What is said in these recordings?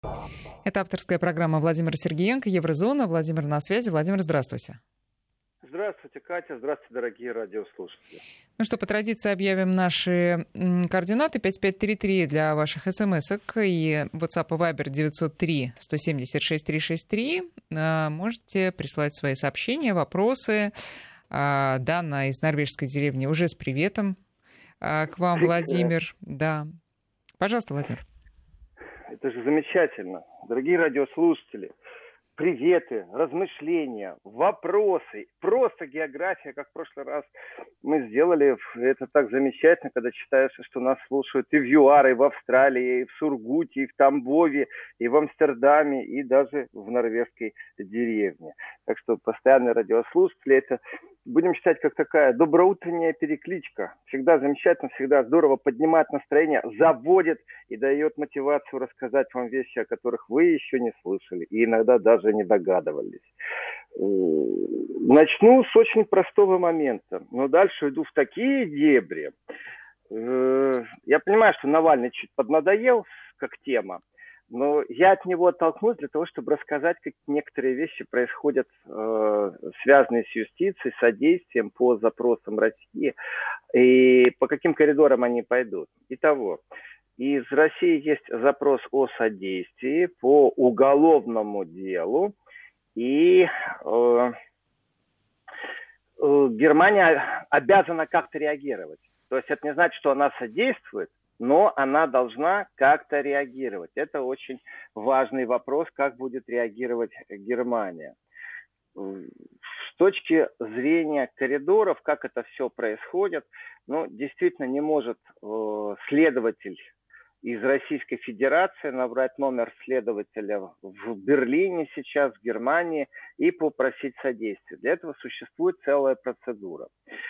Это авторская программа Владимира Сергеенко, Еврозона. Владимир на связи. Владимир, здравствуйте. Здравствуйте, Катя. Здравствуйте, дорогие радиослушатели. Ну что, по традиции объявим наши координаты. 5533 для ваших смс-ок и WhatsApp и Viber 903-170-6363. Можете присылать свои сообщения, вопросы. Дана из норвежской деревни уже с приветом к вам, Владимир. Да. Пожалуйста, Владимир. Это же замечательно. Дорогие радиослушатели, приветы, размышления, вопросы, просто география, как в прошлый раз мы сделали. Это так замечательно, когда читаешь, что нас слушают и в ЮАР, и в Австралии, и в Сургуте, и в Тамбове, и в Амстердаме, и даже в норвежской деревне. Так что постоянные радиослушатели, это будем считать как такая доброутренняя перекличка. Всегда замечательно, всегда здорово, поднимает настроение, заводит и дает мотивацию рассказать вам вещи, о которых вы еще не слышали и иногда даже не догадывались. Начну с очень простого момента, но дальше иду в такие дебри. Я понимаю, что Навальный чуть поднадоел как тема, но я от него оттолкнусь для того, чтобы рассказать, как некоторые вещи происходят, связанные с юстицией, содействием по запросам России, и по каким коридорам они пойдут. Итого, из России есть запрос о содействии по уголовному делу, и Германия обязана как-то реагировать. То есть это не значит, что она содействует, но она должна как-то реагировать. Это очень важный вопрос, как будет реагировать Германия. С точки зрения коридоров, как это все происходит, действительно не может следователь из Российской Федерации набрать номер следователя в Берлине сейчас, в Германии, и попросить содействия. Для этого существует целая процедура.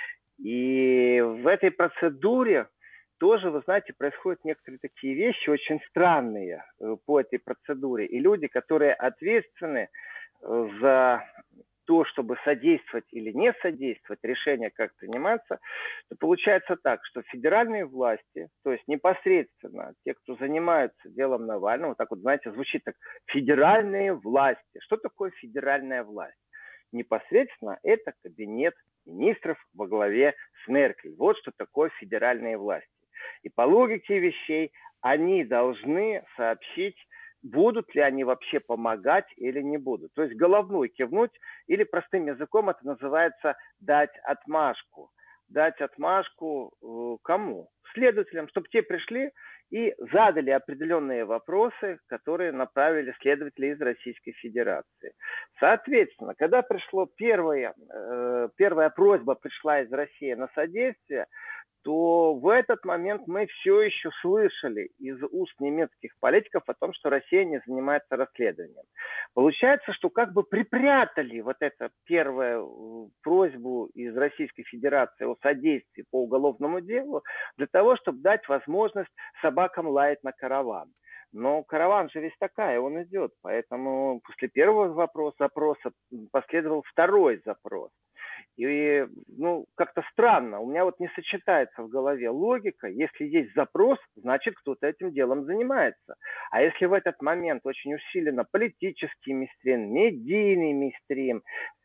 И в этой процедуре тоже, вы знаете, происходят некоторые такие вещи очень странные по этой процедуре. И люди, которые ответственны за то, чтобы содействовать или не содействовать, решение как приниматься, то получается так, что федеральные власти, то есть непосредственно те, кто занимаются делом Навального, так вот, знаете, звучит так, федеральные власти. Что такое федеральная власть? Непосредственно это кабинет министров во главе с Меркель. Вот что такое федеральные власти. И по логике вещей они должны сообщить, будут ли они вообще помогать или не будут. То есть головной кивнуть, или простым языком это называется дать отмашку. Дать отмашку кому? Следователям, чтобы те пришли и задали определенные вопросы, которые направили следователи из Российской Федерации. Соответственно, когда первая просьба пришла из России на содействие, то в этот момент мы все еще слышали из уст немецких политиков о том, что Россия не занимается расследованием. Получается, что как бы припрятали вот эту первую просьбу из Российской Федерации о содействии по уголовному делу для того, чтобы дать возможность собакам лаять на караван. Но караван же весь такая, он идет. Поэтому после первого запроса последовал второй запрос. И, как-то странно. У меня вот не сочетается в голове логика. Если есть запрос, значит, кто-то этим делом занимается. А если в этот момент очень усиленно политический мейнстрим, медийный мейнстрим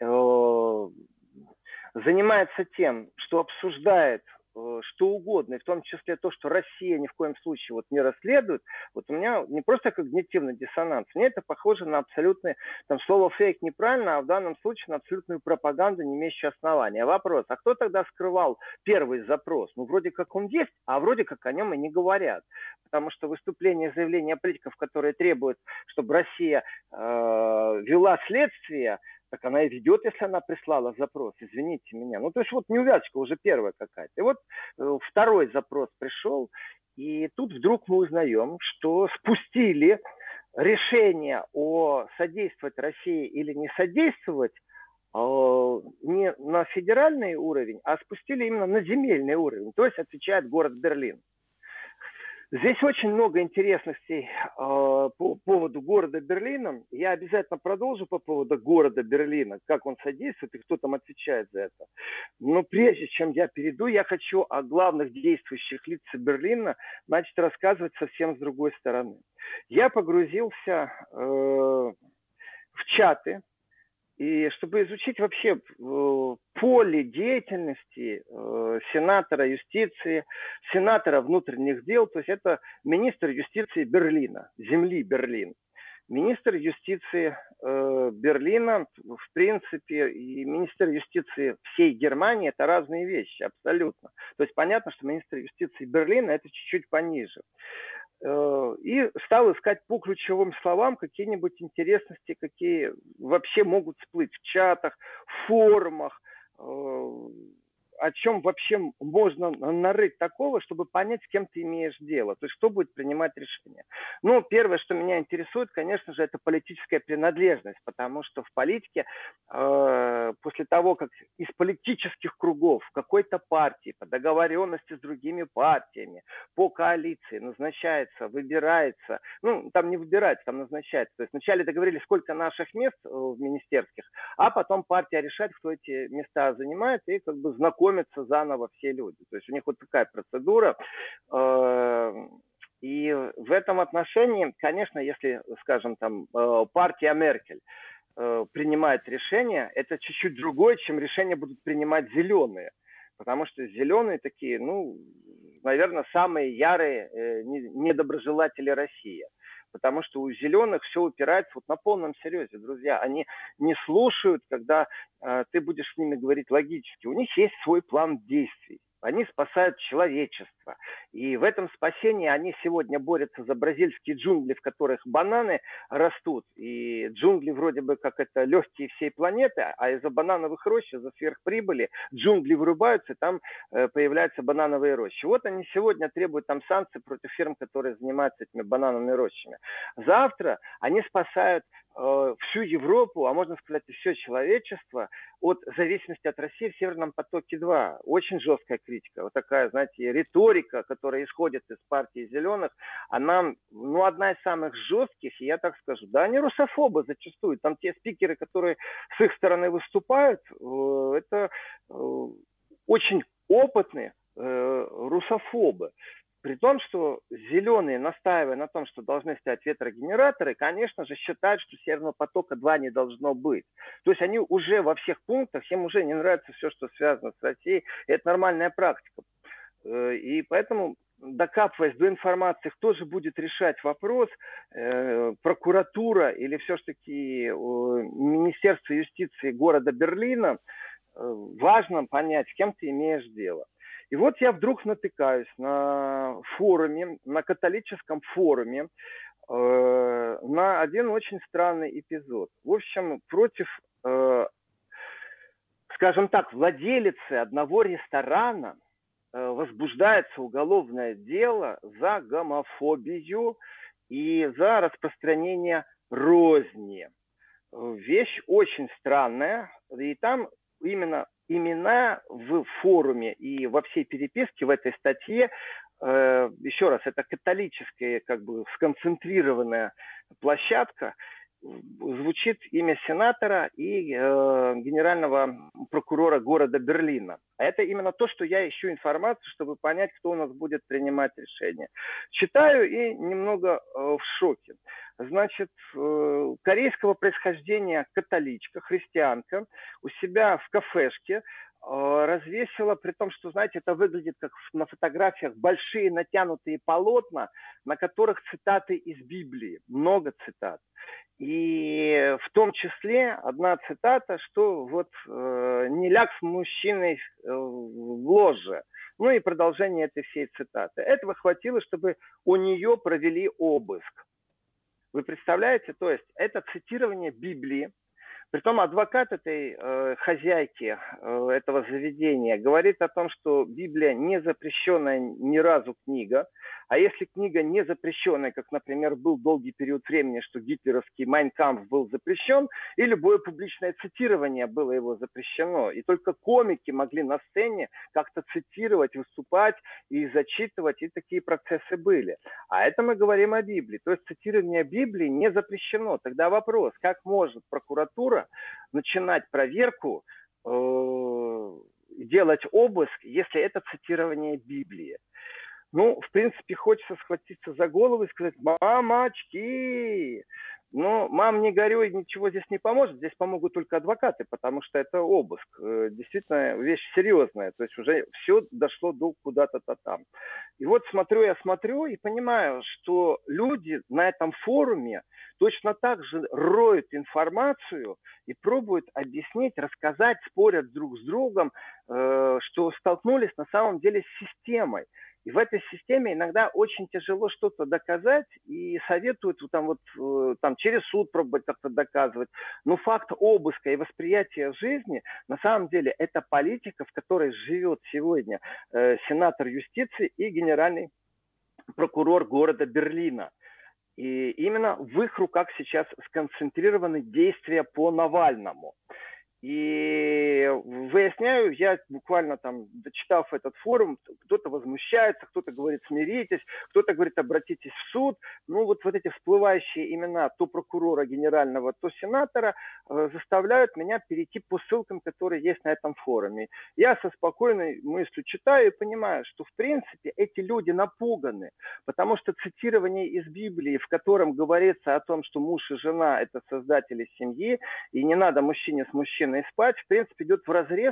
занимается тем, что обсуждает что угодно, и в том числе то, что Россия ни в коем случае не расследует, вот у меня не просто когнитивный диссонанс, мне это похоже на абсолютное, слово фейк неправильно, а в данном случае на абсолютную пропаганду, не имеющую основания. Вопрос, а кто тогда скрывал первый запрос? Вроде как он есть, а вроде как о нем и не говорят. Потому что выступления и заявления политиков, которые требуют, чтобы Россия вела следствие, так она и ведет, если она прислала запрос, извините меня. То есть неувязочка уже первая какая-то. И второй запрос пришел, и тут вдруг мы узнаем, что спустили решение о содействовать России или не содействовать не на федеральный уровень, а спустили именно на земельный уровень, то есть отвечает город Берлин. Здесь очень много интересностей по поводу города Берлина. Я обязательно продолжу по поводу города Берлина, как он содействует и кто там отвечает за это. Но прежде чем я перейду, я хочу о главных действующих лицах Берлина рассказывать совсем с другой стороны. я погрузился в чаты, и чтобы изучить вообще поле деятельности сенатора юстиции, сенатора внутренних дел, то есть это министр юстиции Берлина, земли Берлин. Министр юстиции Берлина, в принципе, и министр юстиции всей Германии – это разные вещи, абсолютно. То есть понятно, что министр юстиции Берлина – это чуть-чуть пониже. И стал искать по ключевым словам какие-нибудь интересности, какие вообще могут всплыть в чатах, в форумах, о чем вообще можно нарыть такого, чтобы понять, с кем ты имеешь дело, то есть кто будет принимать решение. Ну, первое, что меня интересует, конечно же, это политическая принадлежность, потому что в политике после того, как из политических кругов какой-то партии по договоренности с другими партиями, по коалиции назначается, выбирается, ну, там не выбирается, там назначается, то есть вначале договорились, сколько наших мест в министерских, а потом партия решает, кто эти места занимает, и как бы знакомится заново все люди. То есть у них вот такая процедура. И в этом отношении, конечно, если, скажем, там партия Меркель принимает решение, это чуть-чуть другое, чем решение будут принимать зеленые. Потому что зеленые такие, ну, наверное, самые ярые недоброжелатели России. Потому что у зеленых все упирается вот на полном серьезе, друзья. Они не слушают, когда ты будешь с ними говорить логически. У них есть свой план действий. Они спасают человечество. И в этом спасении они сегодня борются за бразильские джунгли, в которых бананы растут. И джунгли вроде бы как это легкие всей планеты, а из-за банановых рощ, из-за сверхприбыли джунгли вырубаются, и там появляются банановые рощи. Вот они сегодня требуют там санкций против фирм, которые занимаются этими банановыми рощами. Завтра они спасают всю Европу, а можно сказать и все человечество от зависимости от России в Северном потоке-2. Очень жесткая критика. Вот такая, знаете, риторика, которая исходит из партии зеленых, она, ну, одна из самых жестких, и я так скажу, да, они русофобы зачастую. Там те спикеры, которые с их стороны выступают, это очень опытные русофобы. При том, что зеленые, настаивая на том, что должны стоять ветрогенераторы, конечно же, считают, что Северного потока-2 не должно быть. То есть они уже во всех пунктах, им уже не нравится все, что связано с Россией. И это нормальная практика. И поэтому, докапываясь до информации, кто же будет решать вопрос, прокуратура или все-таки Министерство юстиции города Берлина, важно понять, с кем ты имеешь дело. И вот я вдруг натыкаюсь на форуме, на католическом форуме, на один очень странный эпизод. В общем, против, скажем так, владелицы одного ресторана возбуждается уголовное дело за гомофобию и за распространение розни. Вещь очень странная, и там именно имена в форуме и во всей переписке в этой статье, еще раз, это католическая, как бы сконцентрированная площадка, звучит имя сенатора и генерального прокурора города Берлина. А это именно то, что я ищу информацию, чтобы понять, кто у нас будет принимать решение. Читаю и немного в шоке. Значит, корейского происхождения католичка, христианка, у себя в кафешке развесила, при том, что, знаете, это выглядит как на фотографиях большие натянутые полотна, на которых цитаты из Библии, много цитат. И в том числе одна цитата, что вот не ляг с мужчиной в ложе. Ну и продолжение этой всей цитаты. Этого хватило, чтобы у нее провели обыск. Вы представляете? То есть это цитирование Библии. Притом адвокат этой хозяйки этого заведения говорит о том, что Библия не запрещенная ни разу книга, а если книга не запрещенная, как, например, был долгий период времени, что гитлеровский «Майн кампф» был запрещен, и любое публичное цитирование было его запрещено, и только комики могли на сцене как-то цитировать, выступать и зачитывать, и такие процессы были. А это мы говорим о Библии, то есть цитирование Библии не запрещено. Тогда вопрос, как может прокуратура начинать проверку, делать обыск, если это цитирование Библии? Ну, в принципе, хочется схватиться за голову и сказать: мамочки! Но, мам, не горюй, ничего здесь не поможет. Здесь помогут только адвокаты, потому что это обыск. Действительно, вещь серьезная. То есть уже все дошло до куда-то там. И вот я смотрю и понимаю, что люди на этом форуме точно так же роют информацию и пробуют объяснить, рассказать, спорят друг с другом, что столкнулись на самом деле с системой. И в этой системе иногда очень тяжело что-то доказать, и советуют там через суд пробовать как-то доказывать. Но факт обыска и восприятия жизни, на самом деле, это политика, в которой живет сегодня сенатор юстиции и генеральный прокурор города Берлина. И именно в их руках сейчас сконцентрированы действия по Навальному. И выясняю, я буквально там, дочитав этот форум, кто-то возмущается, кто-то говорит: смиритесь, кто-то говорит: обратитесь в суд. Ну вот эти всплывающие имена то прокурора генерального, то сенатора заставляют меня перейти по ссылкам, которые есть на этом форуме. Я со спокойной мыслью читаю и понимаю, что в принципе эти люди напуганы, потому что цитирование из Библии, в котором говорится о том, что муж и жена – это создатели семьи, и не надо мужчине с мужчиной спать, в принципе, идет вразрез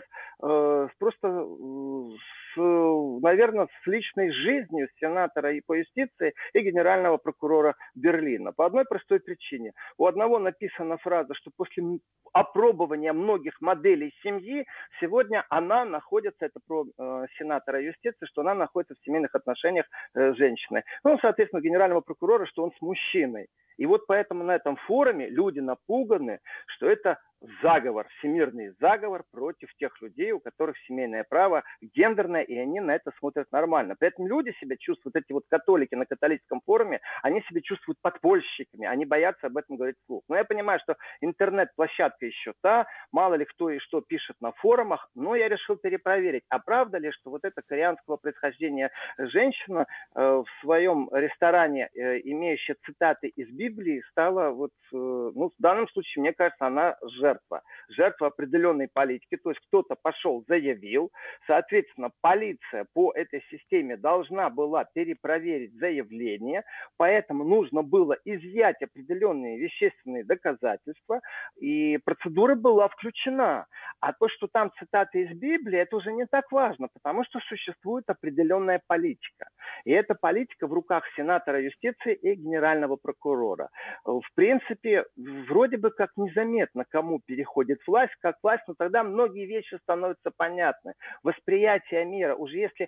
наверное, с личной жизнью сенатора и по юстиции и генерального прокурора Берлина. По одной простой причине. У одного написана фраза, что после опробования многих моделей семьи сегодня она находится, это про сенатора юстиции, что она находится в семейных отношениях с женщиной. Ну, соответственно, генерального прокурора, что он с мужчиной. И вот поэтому на этом форуме люди напуганы, что это заговор, всемирный заговор против тех людей, у которых семейное право гендерное, и они на это смотрят нормально. При этом люди себя чувствуют, эти вот католики на католическом форуме, они себя чувствуют подпольщиками, они боятся об этом говорить вслух. Но я понимаю, что интернет-площадка еще та, мало ли кто и что пишет на форумах, но я решил перепроверить, а правда ли, что вот эта кореанского происхождения женщина в своем ресторане, имеющая цитаты из Библии, стала в данном случае, мне кажется, она жертва определенной политики, то есть кто-то пошел, заявил, соответственно, полиция по этой системе должна была перепроверить заявление, поэтому нужно было изъять определенные вещественные доказательства, и процедура была включена. А то, что там цитаты из Библии, это уже не так важно, потому что существует определенная политика. И эта политика в руках сенатора юстиции и генерального прокурора. В принципе, вроде бы как незаметно, кому переходит власть, как власть, но тогда многие вещи становятся понятны. Восприятие мира, уже если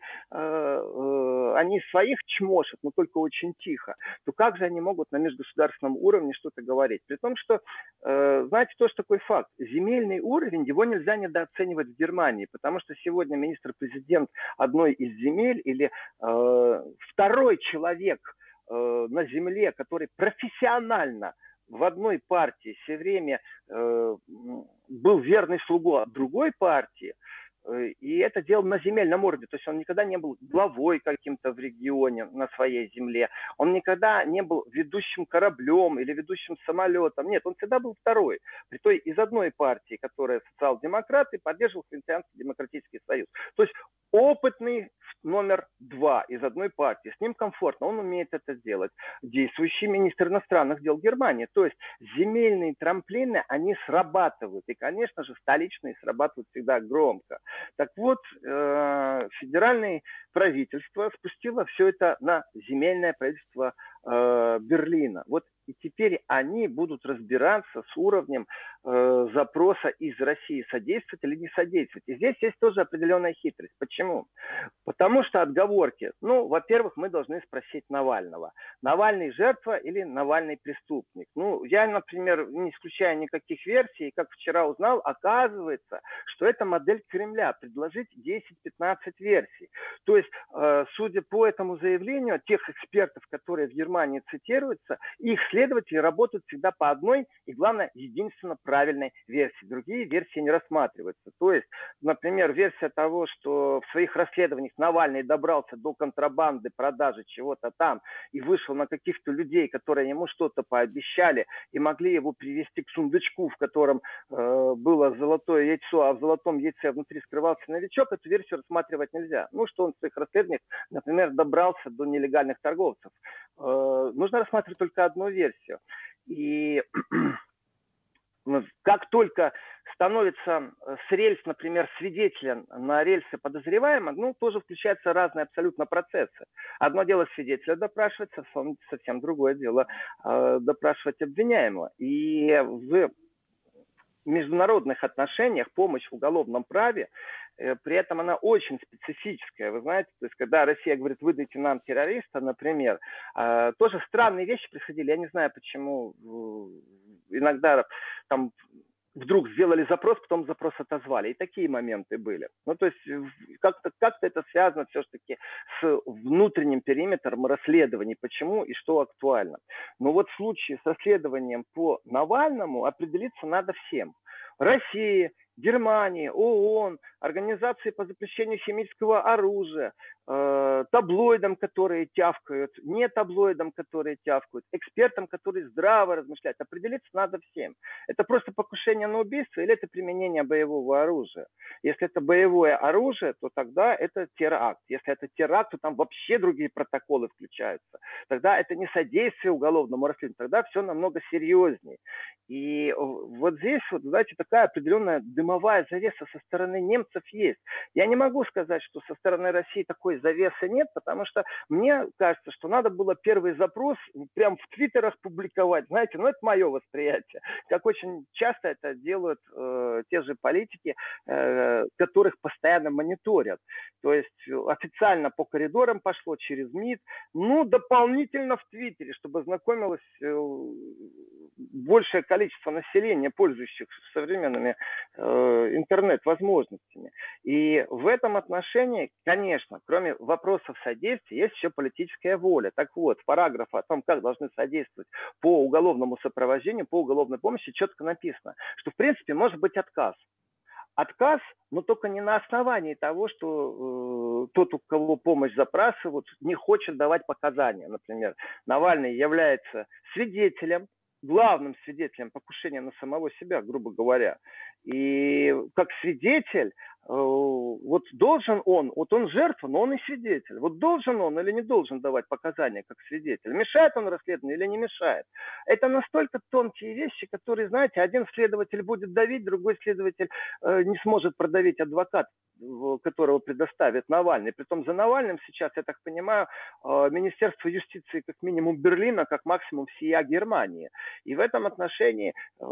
они своих чмошат, но только очень тихо, то как же они могут на межгосударственном уровне что-то говорить? При том, что, знаете, тоже такой факт. Земельный уровень, его нельзя недооценивать в Германии, потому что сегодня министр-президент одной из земель или второй человек на земле, который профессионально в одной партии все время был верный слуга другой партии, и это делал на земельном уровне. То есть он никогда не был главой каким-то в регионе на своей земле. Он никогда не был ведущим кораблем или ведущим самолетом. Нет, он всегда был второй. При той из одной партии, которая социал-демократы, поддерживал Христианский демократический союз. То есть опытный номер 2 из одной партии. С ним комфортно, он умеет это делать. Действующий министр иностранных дел Германии. То есть земельные трамплины, они срабатывают. И, конечно же, столичные срабатывают всегда громко. Так вот, федеральное правительство спустило все это на земельное правительство Берлина. Вот и теперь они будут разбираться с уровнем запроса из России, содействовать или не содействовать. И здесь есть тоже определенная хитрость. Почему? Потому что отговорки. Ну, во-первых, мы должны спросить Навального. Навальный жертва или Навальный преступник? Ну, я, например, не исключаю никаких версий, как вчера узнал, оказывается, что это модель Кремля. Предложить 10-15 версий. То есть, судя по этому заявлению, тех экспертов, которые в Германии цитируются, их следователи работают всегда по одной и, главное, единственно правильной версии. Другие версии не рассматриваются. То есть, например, версия того, что в своих расследованиях Навальный добрался до контрабанды, продажи чего-то там и вышел на каких-то людей, которые ему что-то пообещали и могли его привести к сундучку, в котором было золотое яйцо, а в золотом яйце внутри скрывался новичок, эту версию рассматривать нельзя. Ну, что он в своих наших расследованиях, например, добрался до нелегальных торговцев. Нужно рассматривать только одну версию. И как только становится с рельс, например, свидетеля на рельсы подозреваемого, тоже включаются разные абсолютно процессы. Одно дело свидетеля допрашивать, совсем другое дело допрашивать обвиняемого. И в международных отношениях помощь в уголовном праве, при этом она очень специфическая. Вы знаете, то есть когда Россия говорит, выдайте нам террориста, например, тоже странные вещи происходили. Я не знаю, почему иногда там вдруг сделали запрос, потом запрос отозвали. И такие моменты были. То есть как-то это связано все-таки с внутренним периметром расследований, почему и что актуально. Но вот в случае с расследованием по Навальному определиться надо всем. России, Германии, ООН, организации по запрещению химического оружия, таблоидам, которые тявкают, не таблоидам, которые тявкают, экспертам, которые здраво размышляют. Определиться надо всем. Это просто покушение на убийство или это применение боевого оружия? Если это боевое оружие, то тогда это теракт. Если это теракт, то там вообще другие протоколы включаются. Тогда это не содействие уголовному расследованию, тогда все намного серьезнее. И вот здесь, знаете, такая определенная дымовая завеса со стороны немцев есть. Я не могу сказать, что со стороны России такой завесы нет, потому что мне кажется, что надо было первый запрос прям в твиттерах публиковать. Знаете, это мое восприятие. Как очень часто это делают те же политики, которых постоянно мониторят. То есть официально по коридорам пошло через МИД, дополнительно в твиттере, чтобы знакомилось большее количество населения, пользующихся современными интернет-возможностями. И в этом отношении, конечно, кроме вопросов содействия, есть еще политическая воля. Так вот, параграф о том, как должны содействовать по уголовному сопровождению, по уголовной помощи, четко написано, что, в принципе, может быть отказ. Отказ, но только не на основании того, что тот, у кого помощь запрашивают, не хочет давать показания. Например, Навальный является свидетелем, главным свидетелем покушения на самого себя, грубо говоря. И как свидетель, должен он жертва, но он и свидетель. Должен он или не должен давать показания как свидетель? Мешает он расследованию или не мешает? Это настолько тонкие вещи, которые, знаете, один следователь будет давить, другой следователь не сможет продавить адвокат, которого предоставит Навальный. Притом за Навальным сейчас, я так понимаю, Министерство юстиции как минимум Берлина, как максимум всея Германии. И в этом отношении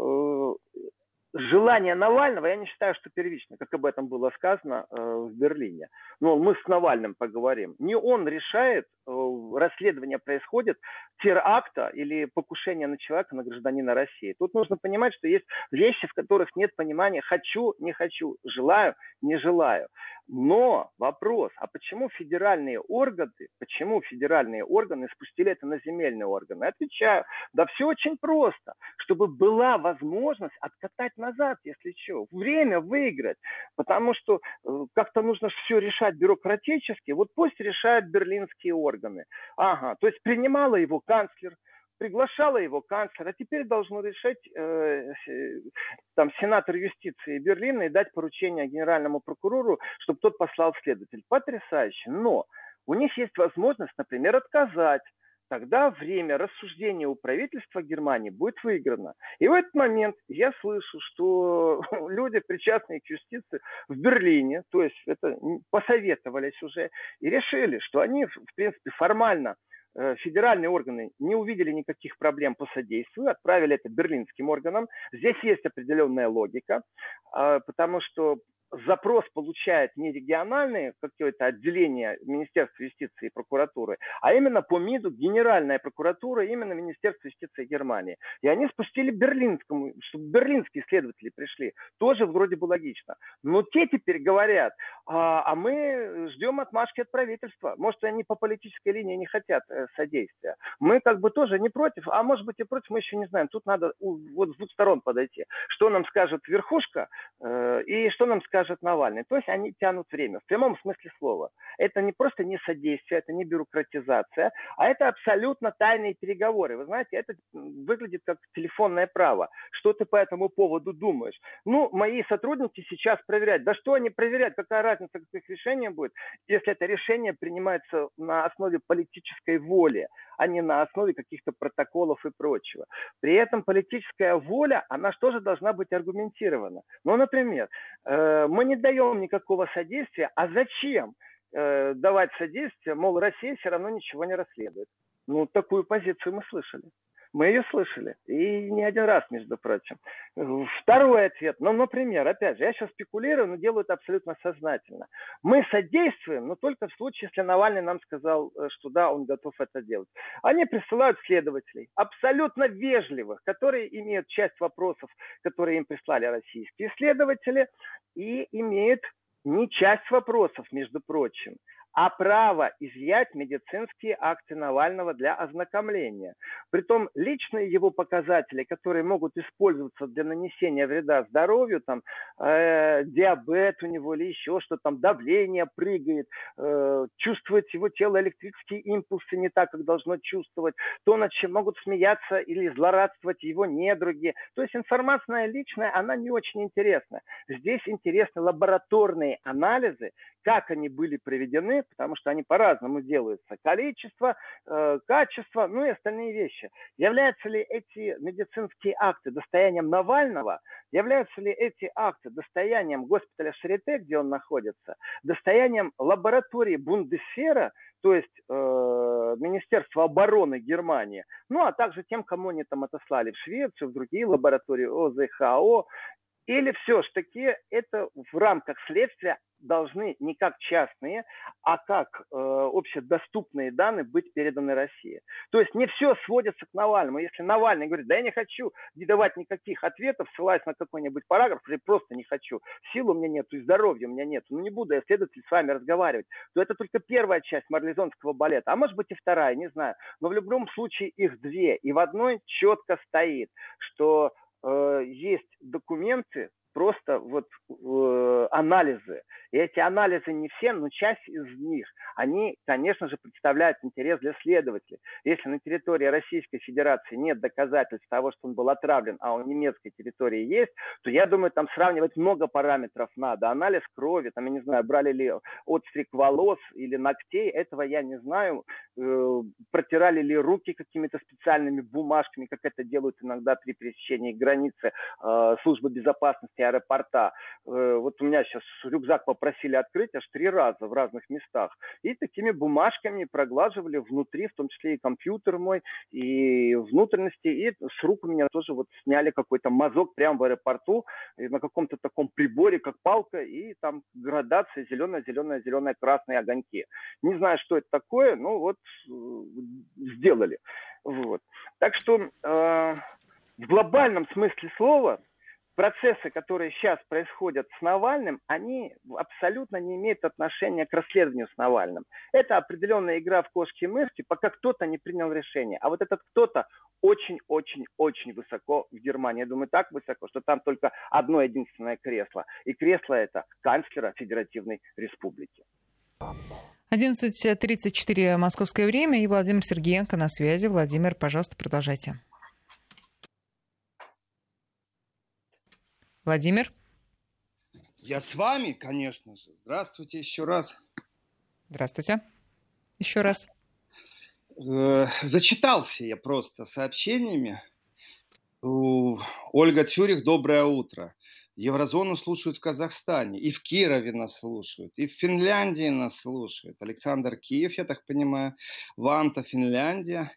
желание Навального, я не считаю, что первично, как об этом было сказано в Берлине. Но мы с Навальным поговорим. Не он решает, расследование происходит, теракта или покушения на человека, на гражданина России. Тут нужно понимать, что есть вещи, в которых нет понимания «хочу, не хочу», «желаю, не желаю». Но вопрос, а почему федеральные органы спустили это на земельные органы? Отвечаю, да все очень просто, чтобы была возможность откатать назад, если что, время выиграть, потому что как-то нужно все решать бюрократически, пусть решают берлинские органы. Ага, то есть принимала его канцлер, приглашала его канцлер, а теперь должен решить сенатор юстиции Берлина и дать поручение генеральному прокурору, чтобы тот послал следователь. Потрясающе. Но у них есть возможность, например, отказать. Тогда время рассуждения у правительства Германии будет выиграно. И в этот момент я слышу, что люди, причастные к юстиции в Берлине, то есть это посоветовались уже и решили, что они, в принципе, формально федеральные органы не увидели никаких проблем по содействию, отправили это берлинским органам. Здесь есть определенная логика, потому что запрос получает не региональное какое-то отделение Министерства юстиции и прокуратуры, а именно по МИДу Генеральная прокуратура, именно Министерство юстиции Германии. И они спустили берлинскому, чтобы берлинские следователи пришли. Тоже вроде бы логично. Но те теперь говорят, а мы ждем отмашки от правительства. Может, они по политической линии не хотят содействия. Мы тоже не против, а может быть и против, мы еще не знаем. Тут надо с двух сторон подойти. Что нам скажет верхушка и что нам скажет скажет Навальный. То есть они тянут время, в прямом смысле слова. Это не просто не содействие, это не бюрократизация, а это абсолютно тайные переговоры. Вы знаете, это выглядит как телефонное право. Что ты по этому поводу думаешь? Ну, мои сотрудники сейчас проверяют. Да что они проверяют? Какая разница, какое решение будет, если это решение принимается на основе политической воли, а не на основе каких-то протоколов и прочего. При этом политическая воля, она тоже должна быть аргументирована. Ну, например, мы не даем никакого содействия, а зачем давать содействие, мол, Россия все равно ничего не расследует. Ну, такую позицию мы слышали. Мы ее слышали. И не один раз, между прочим. Второй ответ. Ну, например, опять же, я сейчас спекулирую, но делаю это абсолютно сознательно. Мы содействуем, но только в случае, если Навальный нам сказал, что да, он готов это делать. Они присылают следователей, абсолютно вежливых, которые имеют часть вопросов, которые им прислали российские следователи, и имеют не часть вопросов, между прочим, а право изъять медицинские акты Навального для ознакомления. Притом личные его показатели, которые могут использоваться для нанесения вреда здоровью, там диабет у него или еще что, там давление прыгает, чувствует его тело электрические импульсы не так, как должно чувствовать, то, над чем могут смеяться или злорадствовать его недруги. То есть информация личная, она не очень интересна. Здесь интересны лабораторные анализы, как они были проведены, потому что они по-разному делаются. Количество, качество, ну и остальные вещи. Являются ли эти медицинские акты достоянием Навального? Являются ли эти акты достоянием госпиталя Шарите, где он находится? Достоянием лаборатории Бундесвера, то есть Министерства обороны Германии? Ну, а также тем, кому они там отослали в Швецию, в другие лаборатории ОЗХО. Или все-таки это в рамках следствия должны не как частные, а как общедоступные данные быть переданы России. То есть не все сводится к Навальному. Если Навальный говорит, да я не хочу не давать никаких ответов, ссылаясь на какой-нибудь параграф, или просто не хочу, сил у меня нет, и здоровья у меня нет, ну не буду я, следователь, с вами разговаривать, то это только первая часть марлезонского балета, а может быть и вторая, не знаю. Но в любом случае их две, и в одной четко стоит, что есть документы, просто вот анализы. И эти анализы не все, но часть из них, они, конечно же, представляют интерес для следователей. Если на территории Российской Федерации нет доказательств того, что он был отравлен, а он немецкой территории есть, то я думаю, там сравнивать много параметров надо. Анализ крови, там, я не знаю, брали ли отстриг волос или ногтей, этого я не знаю. Протирали ли руки какими-то специальными бумажками, как это делают иногда при пересечении границы службы безопасности аэропорта. Вот у меня сейчас рюкзак попросили открыть аж 3 раза в разных местах. И такими бумажками проглаживали внутри, в том числе и компьютер мой, и внутренности. И с рук у меня тоже вот сняли какой-то мазок прямо в аэропорту на каком-то таком приборе, как палка, и там градация зеленая, зеленая, зеленая, красные огоньки. Не знаю, что это такое, но вот сделали. Вот. Так что в глобальном смысле слова процессы, которые сейчас происходят с Навальным, они абсолютно не имеют отношения к расследованию с Навальным. Это определенная игра в кошки-мышки, пока кто-то не принял решение. А вот этот кто-то очень-очень-очень высоко в Германии. Я думаю, так высоко, что там только одно единственное кресло. И кресло это канцлера Федеративной Республики. 11:34 московское время, и Владимир Сергеенко на связи. Владимир, пожалуйста, продолжайте. Владимир? Я с вами, конечно же. Здравствуйте еще раз. Здравствуйте. Еще раз. Зачитался я просто сообщениями. Ольга Цюрих, доброе утро. Еврозону слушают в Казахстане, и в Кирове нас слушают, и в Финляндии нас слушают. Александр Киев, я так понимаю, Ванта, Финляндия.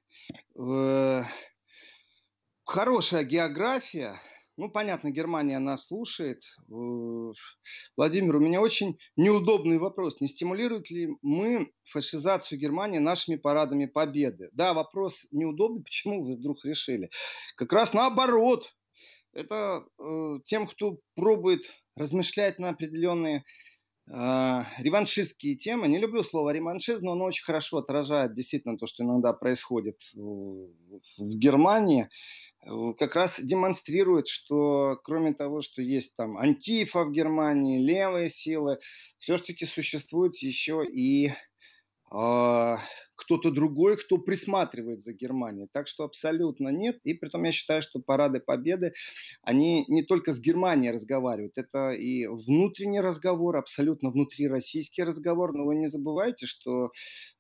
Хорошая география. Ну, понятно, Германия нас слушает. Владимир, у меня очень неудобный вопрос. Не стимулирует ли мы фашизацию Германии нашими парадами победы? Да, вопрос неудобный. Почему вы вдруг решили? Как раз наоборот. Это тем, кто пробует размышлять на определенные реваншистские темы. Не люблю слово реваншизм, но оно очень хорошо отражает действительно то, что иногда происходит в Германии. Как раз демонстрирует, что кроме того, что есть там антифа в Германии, левые силы, все-таки существует еще и а, кто-то другой, кто присматривает за Германией. Так что абсолютно нет. И притом я считаю, что парады Победы, они не только с Германией разговаривают. Это и внутренний разговор, абсолютно внутрироссийский разговор. Но вы не забывайте, что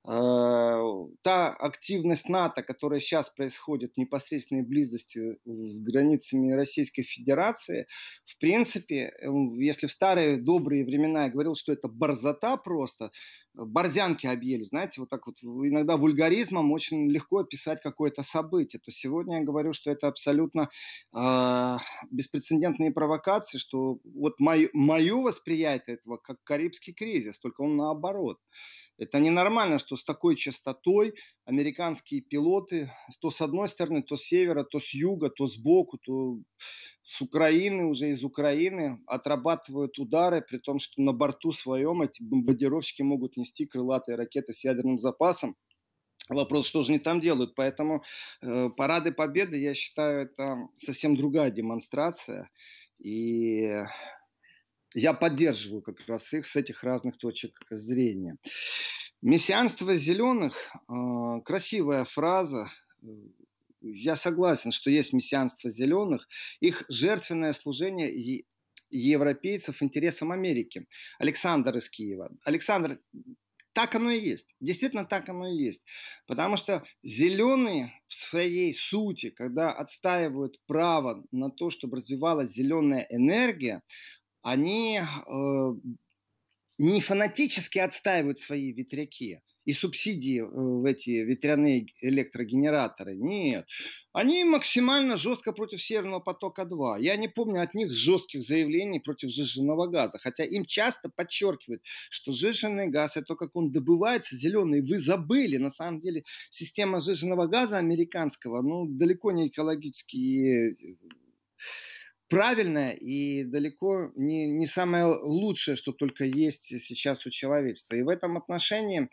та активность НАТО, которая сейчас происходит в непосредственной близости с границами Российской Федерации, в принципе, если в старые добрые времена я говорил, что это борзота просто, борзянки объели, знаете, вот так вот иногда вульгаризмом очень легко описать какое-то событие, то сегодня я говорю, что это абсолютно беспрецедентные провокации, что вот мое восприятие этого как Карибский кризис, только он наоборот. Это ненормально, что с такой частотой американские пилоты то с одной стороны, то с севера, то с юга, то сбоку, то с Украины, уже из Украины отрабатывают удары, при том, что на борту своем эти бомбардировщики могут нести крылатые ракеты с ядерным запасом. Вопрос, что же они там делают. Поэтому парады Победы, я считаю, это совсем другая демонстрация. И я поддерживаю как раз их с этих разных точек зрения. Мессианство зеленых красивая фраза. Я согласен, что есть мессианство зеленых. Их жертвенное служение европейцев интересам Америки. Александр из Киева. Александр, так оно и есть. Действительно, так оно и есть. Потому что зеленые в своей сути, когда отстаивают право на то, чтобы развивалась зеленая энергия, они не фанатически отстаивают свои ветряки и субсидии в эти ветряные электрогенераторы. Нет. Они максимально жестко против Северного потока-2. Я не помню от них жестких заявлений против сжиженного газа. Хотя им часто подчеркивают, что сжиженный газ, это то, как он добывается, зеленый. Вы забыли, на самом деле, система сжиженного газа американского, далеко не экологически правильное и далеко не самое лучшее, что только есть сейчас у человечества. И в этом отношении,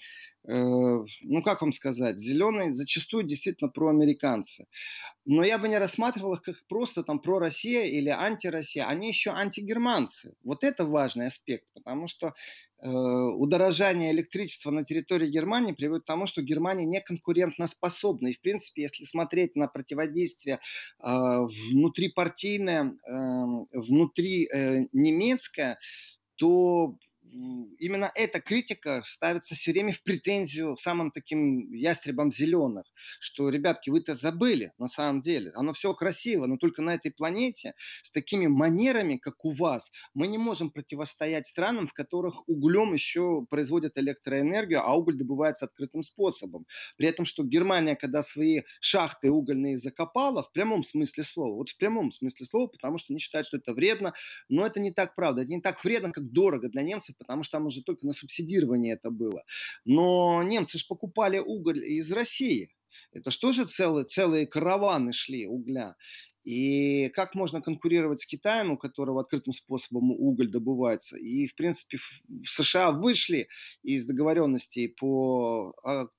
как вам сказать, зеленые зачастую действительно проамериканцы. Но я бы не рассматривал их как просто там про-Россия или анти-Россия. Они еще антигерманцы. Вот это важный аспект, потому что удорожание электричества на территории Германии приводит к тому, что Германия не конкурентоспособна. И, в принципе, если смотреть на противодействие внутрипартийное, внутри немецкое, то именно эта критика ставится все время в претензию самым таким ястребам зеленых, что, ребятки, вы-то забыли, на самом деле, оно все красиво, но только на этой планете с такими манерами, как у вас, мы не можем противостоять странам, в которых углем еще производят электроэнергию, а уголь добывается открытым способом. При этом, что Германия, когда свои шахты угольные закопала, в прямом смысле слова, вот в прямом смысле слова, потому что они считают, что это вредно, но это не так правда, это не так вредно, как дорого для немцев, потому что там уже только на субсидирование это было. Но немцы же покупали уголь из России. Это что же целые караваны шли угля. И как можно конкурировать с Китаем, у которого открытым способом уголь добывается? И, в принципе, в США вышли из договоренностей по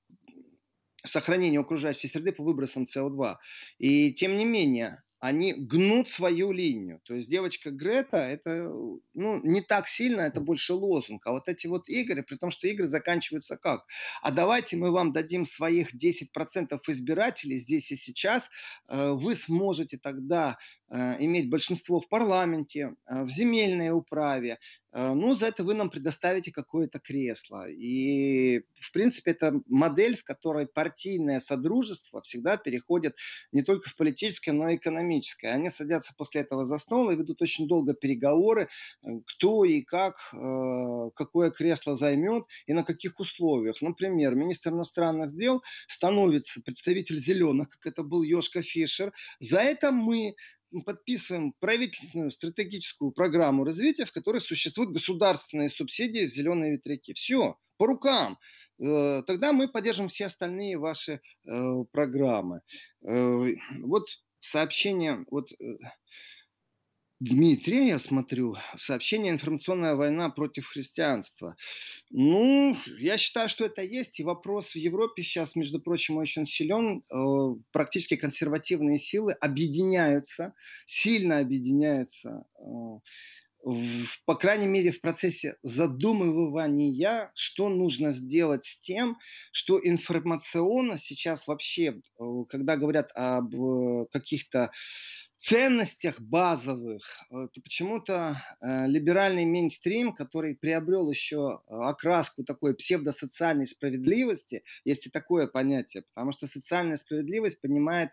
сохранению окружающей среды по выбросам СО2. И, тем не менее, они гнут свою линию. То есть девочка Грета, это не так сильно, это больше лозунг. А вот эти вот игры, при том, что игры заканчиваются как? А давайте мы вам дадим своих 10% избирателей здесь и сейчас. Вы сможете тогда иметь большинство в парламенте, в земельной управе. За это вы нам предоставите какое-то кресло. И, в принципе, это модель, в которой партийное содружество всегда переходит не только в политическое, но и экономическое. Они садятся после этого за стол и ведут очень долго переговоры, кто и как, какое кресло займет и на каких условиях. Например, министр иностранных дел становится представитель зеленых, как это был Йошка Фишер. За это мы подписываем правительственную стратегическую программу развития, в которой существуют государственные субсидии в зеленые ветряки. Все, по рукам. Тогда мы поддержим все остальные ваши программы. Вот сообщение, Дмитрий, я смотрю, сообщение «Информационная война против христианства». Ну, я считаю, что это есть. И вопрос в Европе сейчас, между прочим, очень силен. Практически консервативные силы объединяются, сильно объединяются, по крайней мере, в процессе задумывания, что нужно сделать с тем, что информационно сейчас вообще, когда говорят об каких-то ценностях базовых, то почему-то либеральный мейнстрим, который приобрел еще окраску такой псевдосоциальной справедливости, есть и такое понятие, потому что социальная справедливость понимает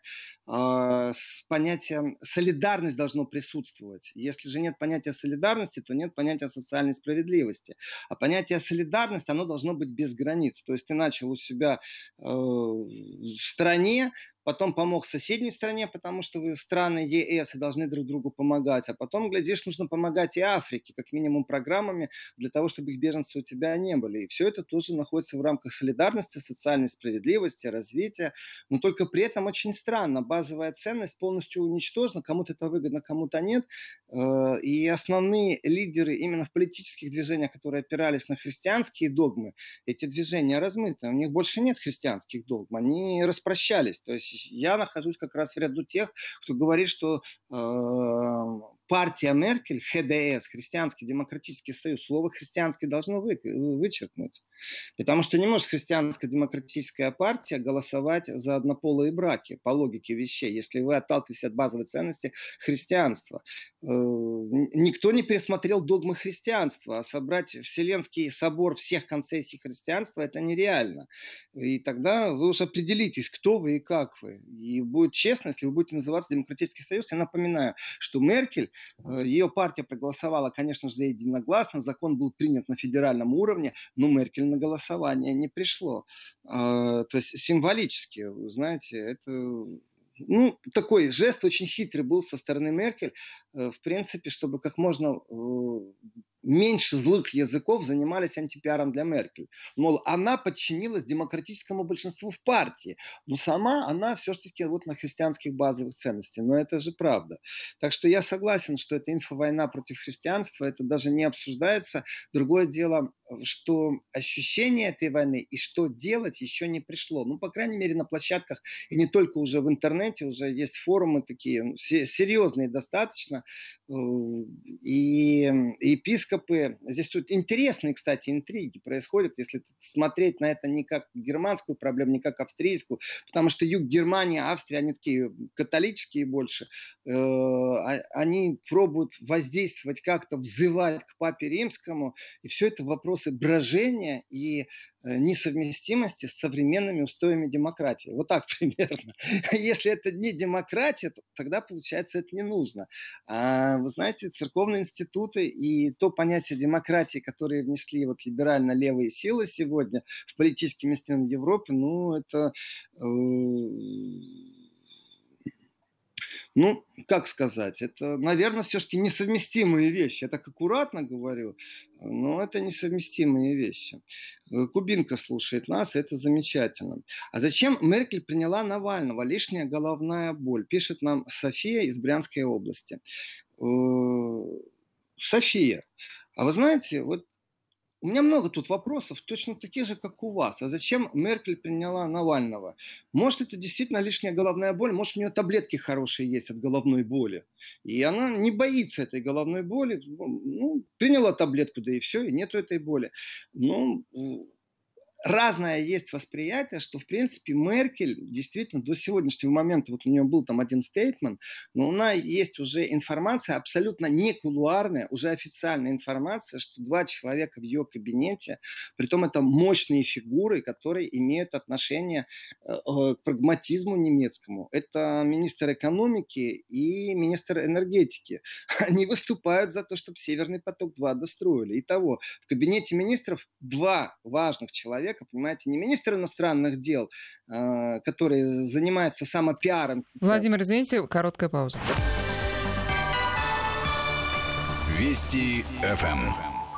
с понятием солидарность должно присутствовать. Если же нет понятия солидарности, то нет понятия социальной справедливости. А понятие солидарности, оно должно быть без границ. То есть ты начал у себя в стране, потом помог соседней стране, потому что вы страны ЕС и должны друг другу помогать, а потом, глядишь, нужно помогать и Африке, как минимум программами, для того, чтобы их беженцы у тебя не были. И все это тоже находится в рамках солидарности, социальной справедливости, развития, но только при этом очень странно. Базовая ценность полностью уничтожена, кому-то это выгодно, кому-то нет. И основные лидеры именно в политических движениях, которые опирались на христианские догмы, эти движения размыты, у них больше нет христианских догм, они распрощались. То есть я нахожусь как раз в ряду тех, кто говорит, что партия Меркель, ХДС, Христианский демократический союз, слово христианский должно вычеркнуть. Потому что не может христианская демократическая партия голосовать за однополые браки по логике вещей, если вы отталкиваетесь от базовой ценности христианства. Никто не пересмотрел догмы христианства, а собрать Вселенский собор всех концессий христианства это нереально. И тогда вы уже определитесь, кто вы и как вы. И будет честно, если вы будете называться Демократический союз. Я напоминаю, что Меркель, ее партия проголосовала, конечно же, единогласно, закон был принят на федеральном уровне, но Меркель на голосование не пришло. То есть символически, вы знаете, это... Ну, такой жест очень хитрый был со стороны Меркель, в принципе, чтобы как можно меньше злых языков занимались антипиаром для Меркель. Мол, она подчинилась демократическому большинству в партии, но сама она все-таки вот на христианских базовых ценностях. Но это же правда. Так что я согласен, что это инфовойна против христианства, это даже не обсуждается. Другое дело, что ощущение этой войны и что делать еще не пришло. Ну, по крайней мере, на площадках, и не только уже в интернете, уже есть форумы такие, серьезные достаточно, и епископы. Здесь тут интересные, кстати, интриги происходят, если смотреть на это не как германскую проблему, не как австрийскую, потому что юг Германии, Австрия, они такие католические больше. Они пробуют воздействовать как-то, взывать к папе римскому, и все это вопросы брожения и несовместимости с современными устоями демократии. Вот так примерно. Если это не демократия, то тогда, получается, это не нужно. А вы знаете, церковные институты и то понятие демократии, которое внесли вот либерально-левые силы сегодня в политический мейнстрим в Европе, ну, это... Ну, как сказать, это, наверное, все-таки несовместимые вещи. Я так аккуратно говорю, но это несовместимые вещи. Кубинка слушает нас, это замечательно. А зачем Меркель приняла Навального? Лишняя головная боль, пишет нам София из Брянской области. София, а вы знаете, вот у меня много тут вопросов, точно таких же, как у вас. А зачем Меркель приняла Навального? Может, это действительно лишняя головная боль, может, у нее таблетки хорошие есть от головной боли. И она не боится этой головной боли. Ну, приняла таблетку, да и все, и нету этой боли. Ну, разное есть восприятие, что, в принципе, Меркель действительно до сегодняшнего момента, вот у нее был там один стейтмент, но у нас есть уже информация абсолютно не кулуарная, уже официальная информация, что 2 человека в ее кабинете, притом это мощные фигуры, которые имеют отношение к прагматизму немецкому. Это министр экономики и министр энергетики. Они выступают за то, чтобы Северный поток-2 достроили. Итого, в кабинете министров 2 важных человека, понимаете, не министр иностранных дел, который занимается самопиаром. Владимир, извините, короткая пауза. Вести ФМ.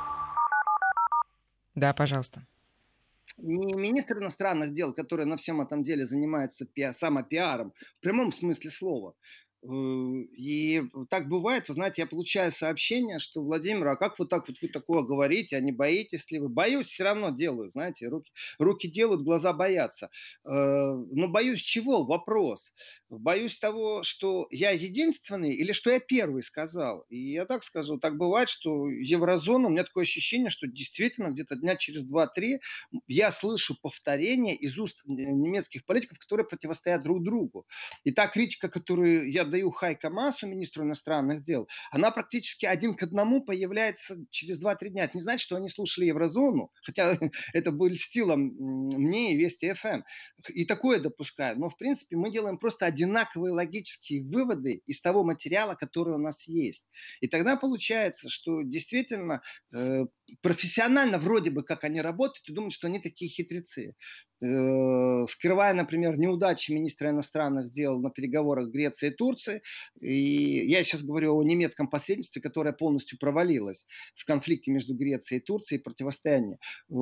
Да, пожалуйста. Не министр иностранных дел, который на всем этом деле занимается самопиаром, в прямом смысле слова. И так бывает, вы знаете, я получаю сообщение, что Владимир, а как вот так вот вы такое говорите, а не боитесь ли вы? Боюсь, все равно делаю, знаете, руки делают, глаза боятся. Но боюсь чего? Вопрос. Боюсь того, что я единственный или что я первый сказал. И я так скажу, так бывает, что еврозона, у меня такое ощущение, что действительно где-то дня через два-три я слышу повторения из уст немецких политиков, которые противостоят друг другу. И та критика, которую я даю Хайко Маасу, министру иностранных дел, она практически один к одному появляется через два-три дня. Это не значит, что они слушали еврозону, хотя это бы льстило мне и Вести ФМ. И такое допускаю. Но, в принципе, мы делаем просто одинаковые логические выводы из того материала, который у нас есть. И тогда получается, что действительно профессионально вроде бы как они работают и думают, что они такие хитрецы. Скрывая, например, неудачи министра иностранных дел на переговорах Греции и Турции. И я сейчас говорю о немецком посредничестве, которое полностью провалилось в конфликте между Грецией и Турцией, противостоянии.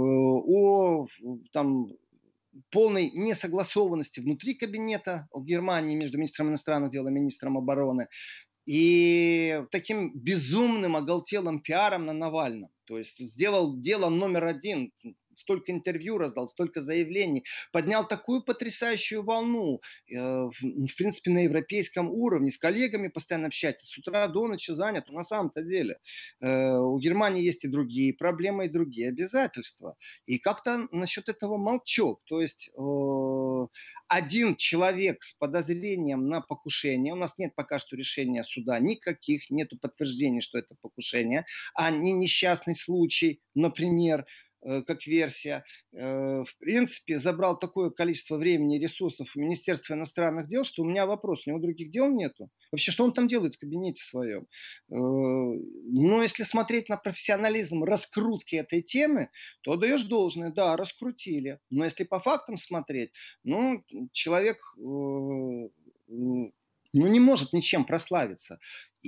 О там, полной несогласованности внутри кабинета Германии между министром иностранных дел и министром обороны. И таким безумным, оголтелым пиаром на Навальном. То есть сделал дело номер один. Столько интервью раздал, столько заявлений. Поднял такую потрясающую волну. В принципе, на европейском уровне. С коллегами постоянно общается. С утра до ночи занят. На самом-то деле. У Германии есть и другие проблемы, и другие обязательства. И как-то насчет этого молчок. То есть один человек с подозрением на покушение. У нас нет пока что решения суда никаких. Нету подтверждений, что это покушение. А не несчастный случай, например, как версия, в принципе, забрал такое количество времени и ресурсов у Министерства иностранных дел, что у меня вопрос, у него других дел нету. Вообще, что он там делает в кабинете своем? Но если смотреть на профессионализм раскрутки этой темы, то даешь должное, да, раскрутили. Но если по фактам смотреть, ну, человек не может ничем прославиться.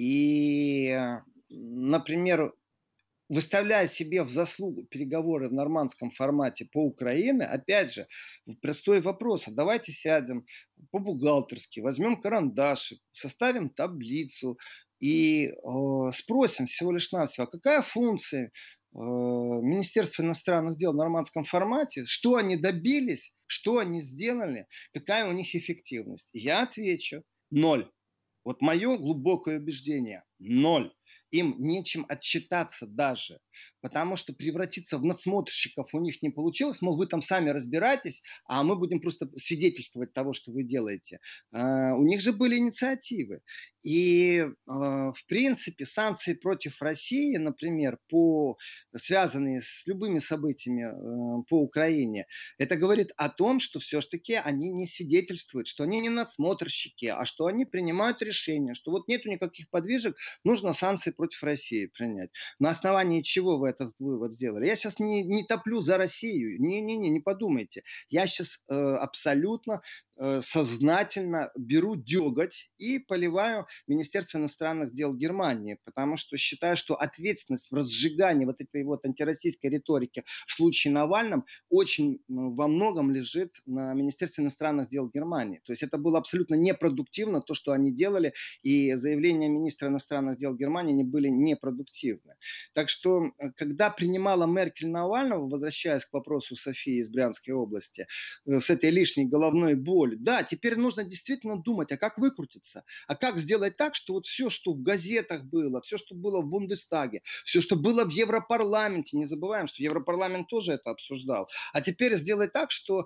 И, например, выставляя себе в заслугу переговоры в нормандском формате по Украине, опять же, простой вопрос. А давайте сядем по-бухгалтерски, возьмем карандаши, составим таблицу и спросим всего лишь навсего, а какая функция Министерства иностранных дел в нормандском формате, что они добились, что они сделали, какая у них эффективность. Я отвечу: ноль. Вот мое глубокое убеждение – ноль. Им нечем отчитаться даже, потому что превратиться в надсмотрщиков у них не получилось, мол, вы там сами разбирайтесь, а мы будем просто свидетельствовать того, что вы делаете. У них же были инициативы. И, в принципе, санкции против России, например, связанные с любыми событиями по Украине, это говорит о том, что все-таки они не свидетельствуют, что они не надсмотрщики, а что они принимают решения, что вот нету никаких подвижек, нужно санкции против России принять. На основании чего вы этот вывод сделали? Я сейчас не топлю за Россию. Не подумайте. Я сейчас абсолютно сознательно беру деготь и поливаю Министерство иностранных дел Германии, потому что считаю, что ответственность в разжигании вот этой вот антироссийской риторики в случае Навальном очень во многом лежит на Министерстве иностранных дел Германии. То есть это было абсолютно непродуктивно, то, что они делали, и заявления министра иностранных дел Германии не были непродуктивны. Так что, когда принимала Меркель Навального, возвращаясь к вопросу Софии из Брянской области, с этой лишней головной болью, да, теперь нужно действительно думать, а как выкрутиться, а как сделать так, что вот все, что в газетах было, все, что было в Бундестаге, все, что было в Европарламенте, не забываем, что Европарламент тоже это обсуждал, а теперь сделать так, что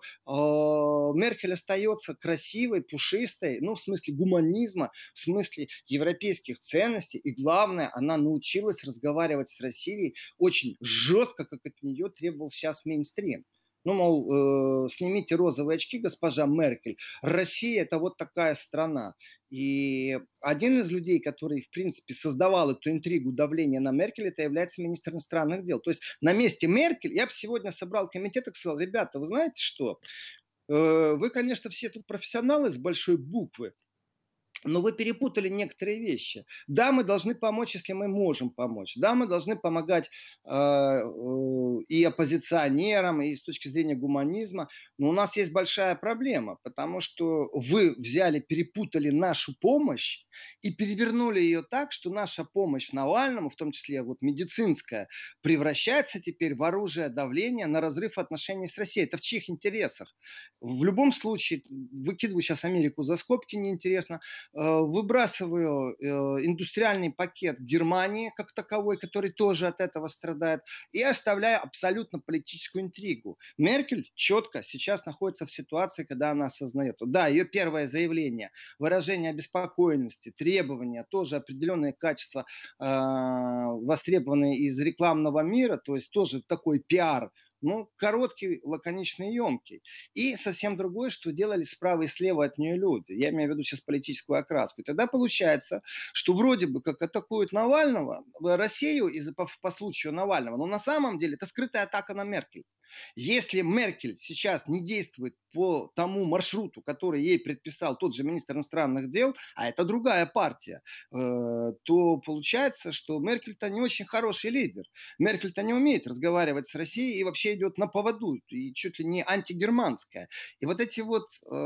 Меркель остается красивой, пушистой, ну, в смысле гуманизма, в смысле европейских ценностей, и главное, она научилась разговаривать с Россией очень жестко, как от нее требовал сейчас мейнстрим. Ну, мол, снимите розовые очки, госпожа Меркель. Россия – это вот такая страна. И один из людей, который, в принципе, создавал эту интригу давления на Меркель, это является министр иностранных дел. То есть на месте Меркель я бы сегодня собрал комитет и сказал: ребята, вы знаете что? Вы, конечно, все тут профессионалы с большой буквы, Но вы перепутали некоторые вещи. Да, мы должны помочь, если мы можем помочь. Да, мы должны помогать и оппозиционерам, и с точки зрения гуманизма. Но у нас есть большая проблема, потому что вы взяли, перепутали нашу помощь и перевернули ее так, что наша помощь Навальному, в том числе вот медицинская, превращается теперь в оружие давления на разрыв отношений с Россией. Это в чьих интересах? В любом случае, выкидываю сейчас Америку за скобки, неинтересно. Выбрасываю индустриальный пакет Германии как таковой, который тоже от этого страдает, и оставляю абсолютно политическую интригу. Меркель четко сейчас находится в ситуации, когда она осознает. Да, ее первое заявление, выражение обеспокоенности, требования, тоже определенные качества, востребованные из рекламного мира, то есть тоже такой пиар, ну, короткий, лаконичный, емкий. И совсем другое, что делали справа и слева от нее люди. Я имею в виду сейчас политическую окраску. И тогда получается, что вроде бы как атакуют Навального, Россию по случаю Навального, но на самом деле это скрытая атака на Меркель. Если Меркель сейчас не действует по тому маршруту, который ей предписал тот же министр иностранных дел, а это другая партия, то получается, что Меркель-то не очень хороший лидер. Меркель-то не умеет разговаривать с Россией и вообще идет на поводу, и чуть ли не антигерманская. И вот эти вот,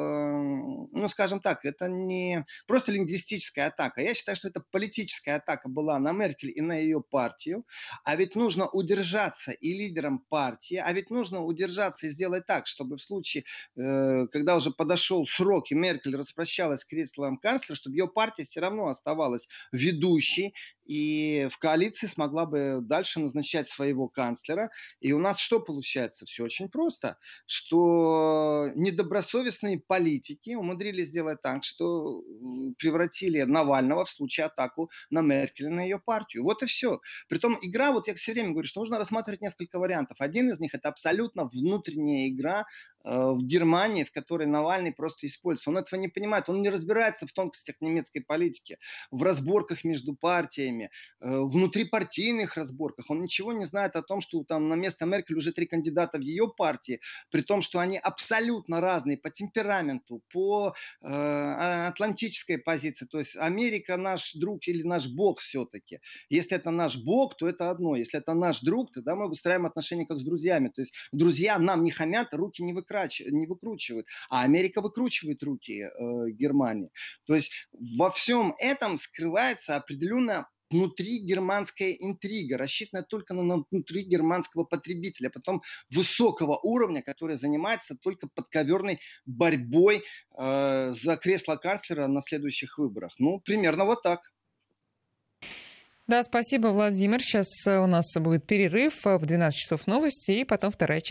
ну скажем так, это не просто лингвистическая атака. Я считаю, что это политическая атака была на Меркель и на ее партию. А ведь нужно удержаться и лидерам партии, а ведь нужно удержаться и сделать так, чтобы в случае, когда уже подошел срок и Меркель распрощалась с креслом канцлера, чтобы ее партия все равно оставалась ведущей и в коалиции смогла бы дальше назначать своего канцлера. И у нас что получается? Все очень просто, что недобросовестные политики умудрились сделать так, что превратили Навального в случае атаку на Меркель и на ее партию. Вот и все. Притом игра, вот я все время говорю, что нужно рассматривать несколько вариантов. Один из них — это абсолютно внутренняя игра в Германии, в которой Навальный просто используется. Он этого не понимает, он не разбирается в тонкостях немецкой политики, в разборках между партиями, внутрипартийных разборках. Он ничего не знает о том, что там на место Меркель уже 3 кандидата в ее партии, при том, что они абсолютно разные по темпераменту, по атлантической позиции. То есть Америка наш друг или наш бог все-таки. Если это наш бог, то это одно. Если это наш друг, тогда мы выстраиваем отношения как с друзьями. То есть друзья нам не хамят, руки не выкручивают. А Америка выкручивает руки Германии. То есть во всем этом скрывается определенная внутригерманская интрига, рассчитанная только на внутригерманского потребителя, потом высокого уровня, который занимается только подковерной борьбой за кресло канцлера на следующих выборах. Ну, примерно вот так. Да, спасибо, Владимир. Сейчас у нас будет перерыв, в 12 часов новости, и потом вторая часть.